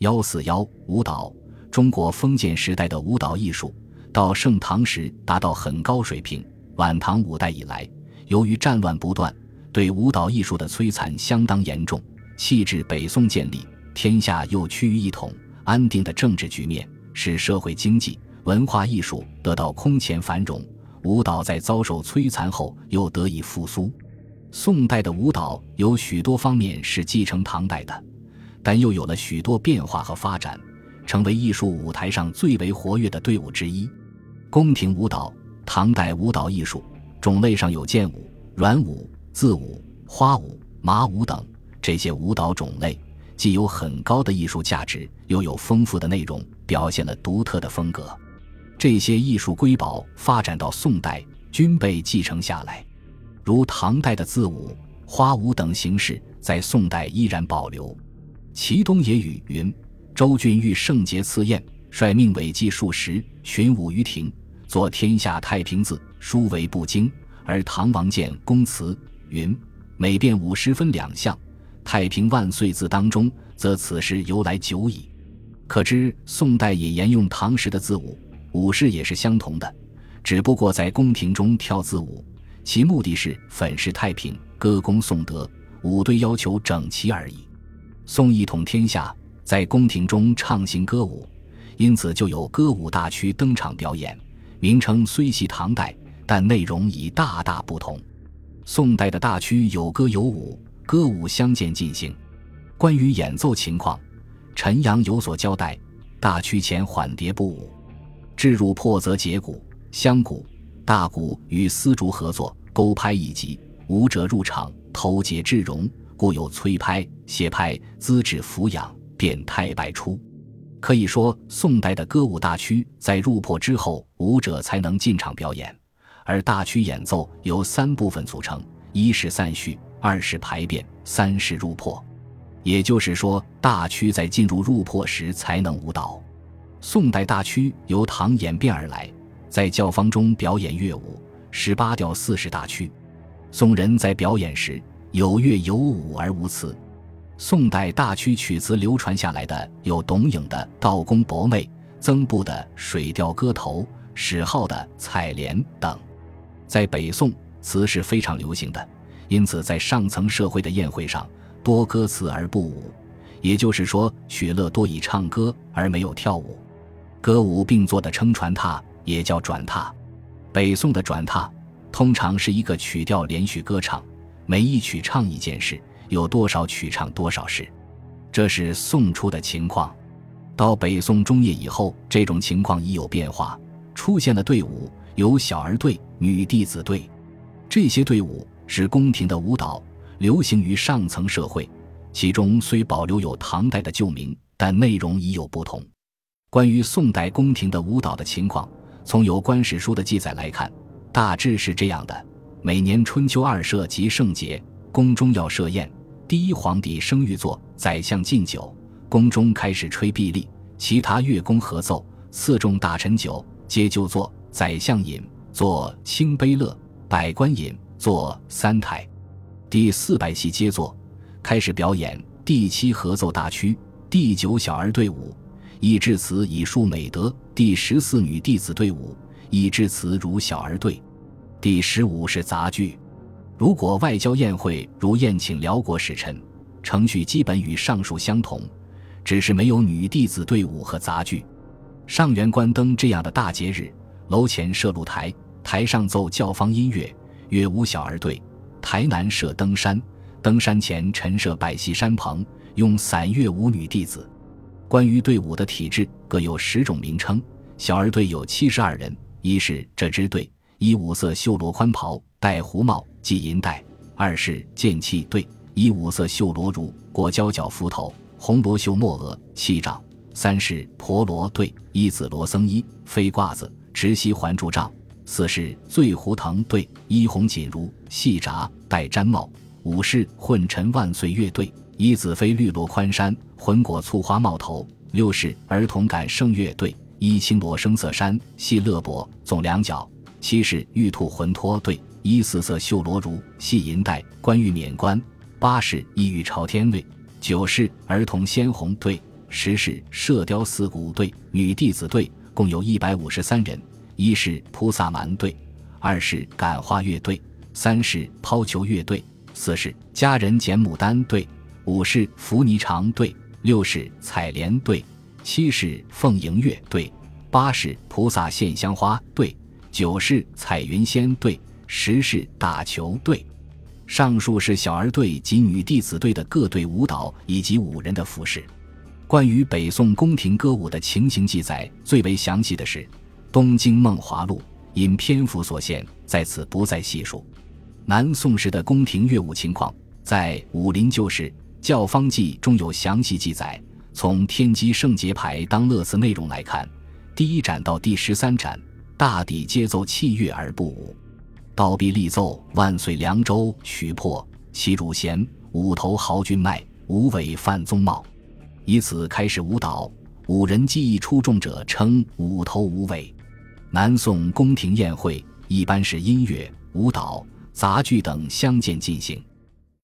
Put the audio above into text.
141舞蹈，中国封建时代的舞蹈艺术到盛唐时达到很高水平，晚唐5代以来，由于战乱不断，对舞蹈艺术的摧残相当严重，弃至北宋建立，天下又趋于一统安定的政治局面，使社会经济文化艺术得到空前繁荣，舞蹈在遭受摧残后又得以复苏。宋代的舞蹈有许多方面是继承唐代的，但又有了许多变化和发展，成为艺术舞台上最为活跃的队伍之一。宫廷舞蹈，唐代舞蹈艺术种类上有剑舞、软舞、字舞、花舞、马舞等，这些舞蹈种类既有很高的艺术价值，又有丰富的内容，表现了独特的风格。这些艺术瑰宝发展到宋代均被继承下来，如唐代的字舞、花舞等形式在宋代依然保留。齐东野语云：周俊欲圣节赐宴，率命委记数十，巡舞于庭，作天下太平字，书为不经。而唐王建公祠云：每变50分2项，太平万岁字当中，则此事由来久矣。可知宋代也沿用唐时的字舞，舞式也是相同的，只不过在宫廷中跳字舞，其目的是粉饰太平，歌功颂德，舞队要求整齐而已。宋一统天下，在宫廷中畅行歌舞，因此就有歌舞大区登场表演，名称虽系唐代，但内容已大大不同。宋代的大区有歌有舞，歌舞相间进行。关于演奏情况，陈阳有所交代：大区前缓蝶步舞，至入破则节鼓、香鼓、大鼓与丝竹合作，勾拍一级，舞者入场，头节至容，故有催拍、歇拍、资质俯仰，便太百出。可以说，宋代的歌舞大区在入破之后，舞者才能进场表演，而大区演奏由3部分组成：一是散序，2是排变，3是入破。也就是说，大区在进入入破时才能舞蹈。宋代大区由唐演变而来，在教坊中表演乐舞，18调40大区。宋人在表演时有乐有舞而无词。宋代大区曲词流传下来的有董颖的《道公博媚》，曾布的《水调歌头》，史浩的《采莲》等。在北宋，词是非常流行的，因此在上层社会的宴会上多歌词而不舞，也就是说，许乐多以唱歌而没有跳舞。歌舞并作的称传踏，也叫转踏。北宋的转踏通常是一个曲调连续歌唱，每一曲唱一件事，有多少曲唱多少事，这是宋初的情况。到北宋中叶以后，这种情况已有变化，出现了队伍，有小儿队、女弟子队。这些队伍是宫廷的舞蹈，流行于上层社会，其中虽保留有唐代的旧名，但内容已有不同。关于宋代宫廷的舞蹈的情况，从有关史书的记载来看，大致是这样的：每年春秋2社及圣节，宫中要设宴，第一皇帝生御座，宰相敬酒，宫中开始吹碧丽，其他乐工合奏，赐众大臣酒，皆就坐，宰相饮，坐清杯乐，百官饮，坐3台。第400戏皆坐，开始表演第7合奏大区，第9小儿队伍，以至此以述美德，第14女弟子队伍，以至此如小儿队。第15是杂剧。如果外交宴会如宴请辽国使臣，程序基本与上述相同，只是没有女弟子队伍和杂剧。上元关灯这样的大节日，楼前设露台，台上奏教坊音乐，乐舞小儿队；台南设登山，登山前陈设百戏山棚，用散乐舞女弟子。关于队伍的体制，各有10种名称。小儿队有72人，一是这支队，衣五色绣罗宽袍，戴胡帽，系银带；二是剑器队，衣五色绣罗襦，裹胶角幞头，红罗绣墨额，器杖；三是婆罗队，衣紫罗僧衣，飞褂子，持膝环柱杖；四是醉胡藤队，衣红锦襦，细札，戴毡帽；五是混尘万岁乐队，衣紫飞绿罗宽衫，浑裹簇花帽头；六是儿童感圣乐队，衣青罗生色衫，系勒帛，总两角；七是玉兔浑脱队，衣4色绣罗襦，系银带，冠玉冕冠；八是异域朝天队；九是儿童鲜红队； 十是射雕四鼓队、女弟子队，共有153人；一是菩萨蛮队，二是感化乐队，三是抛球乐队，四是佳人剪牡丹队，五是拂霓裳队，六是采莲队，七是凤迎月队，八是菩萨献香花队，九是彩云仙队，十是打球队。上述是小儿队及女弟子队的各队舞蹈以及舞人的服饰。关于北宋宫廷歌舞的情形记载最为详细的是《东京梦华录》，因篇幅所限，在此不再细述。南宋时的宫廷乐舞情况，在《武林旧事·教坊记》中有详细记载。从天机圣节牌当乐词内容来看，第1展到第13展，大抵皆奏器乐而不舞。刀臂力奏万岁凉州曲破，齐汝弦，五头豪俊迈，五尾范宗茂，以此开始舞蹈。舞人技艺出众者称五头五尾。南宋宫廷宴会一般是音乐、舞蹈、杂剧等相间进行。